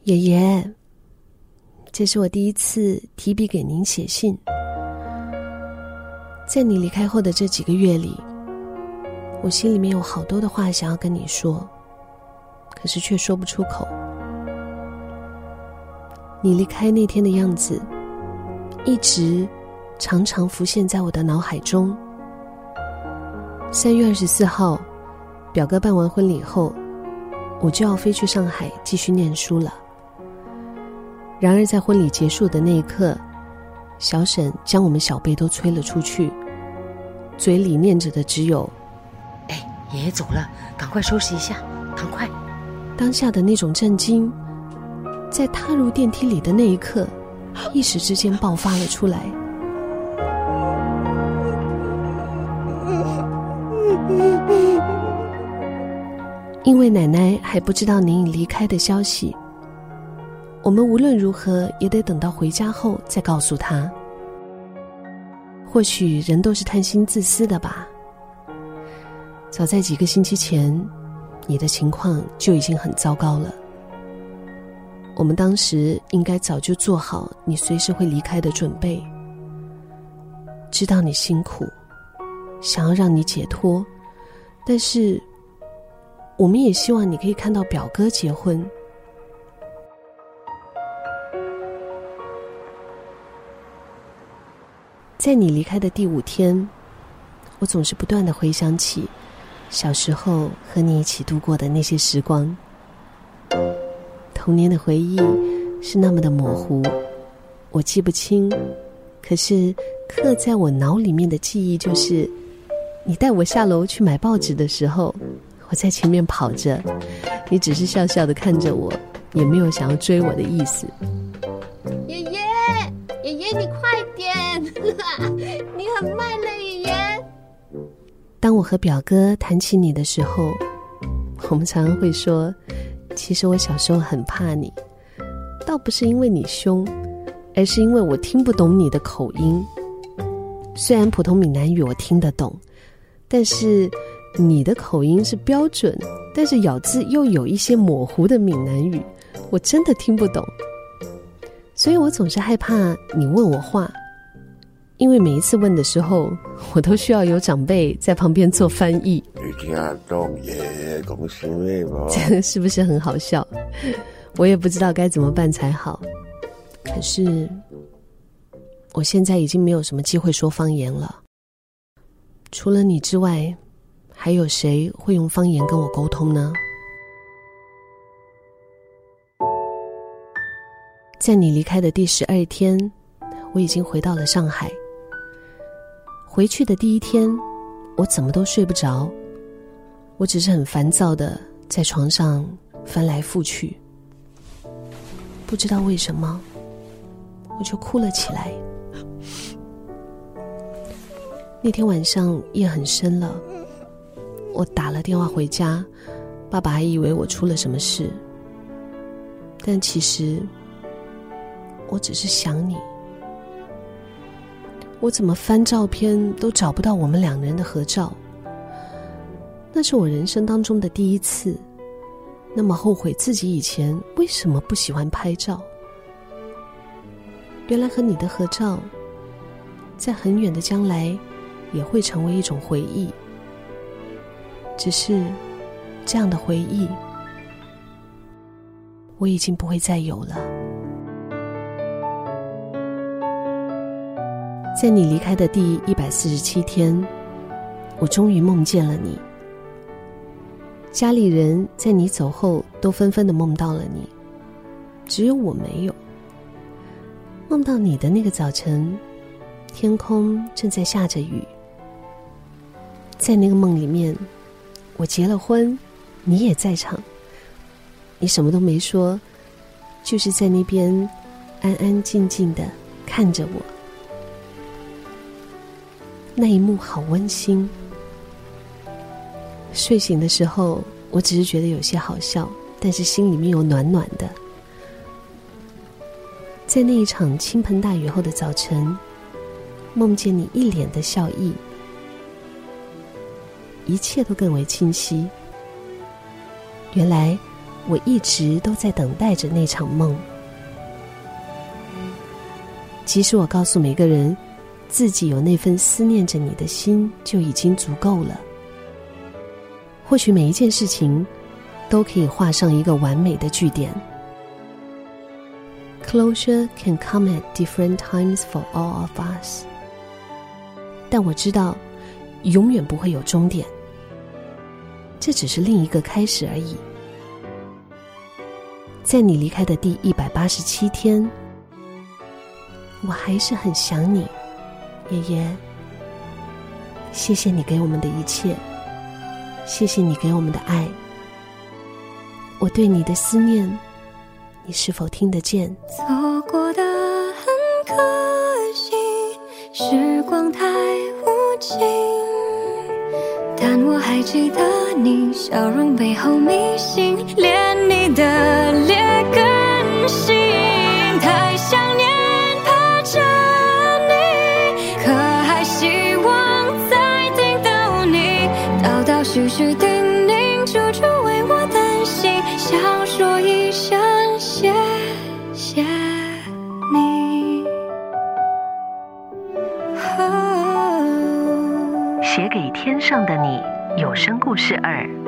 爷爷，这是我第一次提笔给您写信。在你离开后的这几个月里，我心里面有好多的话想要跟你说，可是却说不出口。你离开那天的样子，一直常常浮现在我的脑海中。3月24号，表哥办完婚礼后，我就要飞去上海继续念书了。然而在婚礼结束的那一刻，小沈将我们小辈都催了出去，嘴里念着的只有爷爷走了，赶快收拾一下，赶快。 当下的那种震惊，在踏入电梯里的那一刻，一时之间爆发了出来。因为奶奶还不知道您已离开的消息，我们无论如何也得等到回家后再告诉她。或许人都是贪心自私的吧。早在几个星期前，你的情况就已经很糟糕了。我们当时应该早就做好你随时会离开的准备。知道你辛苦，想要让你解脱，但是我们也希望你可以看到表哥结婚。在你离开的第5天，我总是不断地回想起小时候和你一起度过的那些时光。童年的回忆是那么的模糊，我记不清，可是刻在我脑里面的记忆就是你带我下楼去买报纸的时候，我在前面跑着，你只是笑笑地看着我，也没有想要追我的意思。 爷爷，爷爷你快点你很慢了爷爷。 当我和表哥谈起你的时候，我们常常会说，其实我小时候很怕你，倒不是因为你凶，而是因为我听不懂你的口音。虽然普通闽南语我听得懂，但是你的口音是标准，但是咬字又有一些模糊的闽南语，我真的听不懂。所以我总是害怕你问我话，因为每一次问的时候，我都需要有长辈在旁边做翻译。 你听懂爷爷讲什么吗？ 这个是不是很好笑？我也不知道该怎么办才好。可是我现在已经没有什么机会说方言了，除了你之外，还有谁会用方言跟我沟通呢？在你离开的第12天，我已经回到了上海。回去的第1天，我怎么都睡不着，我只是很烦躁的在床上翻来覆去。不知道为什么，我就哭了起来。那天晚上夜很深了，我打了电话回家，爸爸还以为我出了什么事，但其实我只是想你。我怎么翻照片都找不到我们2人的合照，那是我人生当中的第一次，那么后悔自己以前为什么不喜欢拍照。原来和你的合照，在很远的将来也会成为一种回忆，只是这样的回忆，我已经不会再有了。在你离开的第147天，我终于梦见了你。家里人在你走后都纷纷地梦到了你，只有我没有。梦到你的那个早晨，天空正在下着雨。在那个梦里面，我结了婚，你也在场。你什么都没说，就是在那边安安静静地看着我。那一幕好温馨。睡醒的时候，我只是觉得有些好笑，但是心里面有暖暖的。在那一场倾盆大雨后的早晨，梦见你一脸的笑意，一切都更为清晰。原来我一直都在等待着那场梦。即使我告诉每个人自己有那份思念着你的心就已经足够了，或许每一件事情都可以画上一个完美的句点。 Closure can come at different times for all of us， 但我知道永远不会有终点，这只是另一个开始而已。在你离开的第187天，我还是很想你，爷爷。谢谢你给我们的一切，谢谢你给我们的爱。我对你的思念，你是否听得见？ 错过的很可惜，时光太无情，但我还记得你笑容背后迷信，连你的劣根性，太想念怕着你，可还希望再听到你叨叨絮絮叮咛，处处为我担心，想说一声谢谢你。 写给天上的你有声故事2，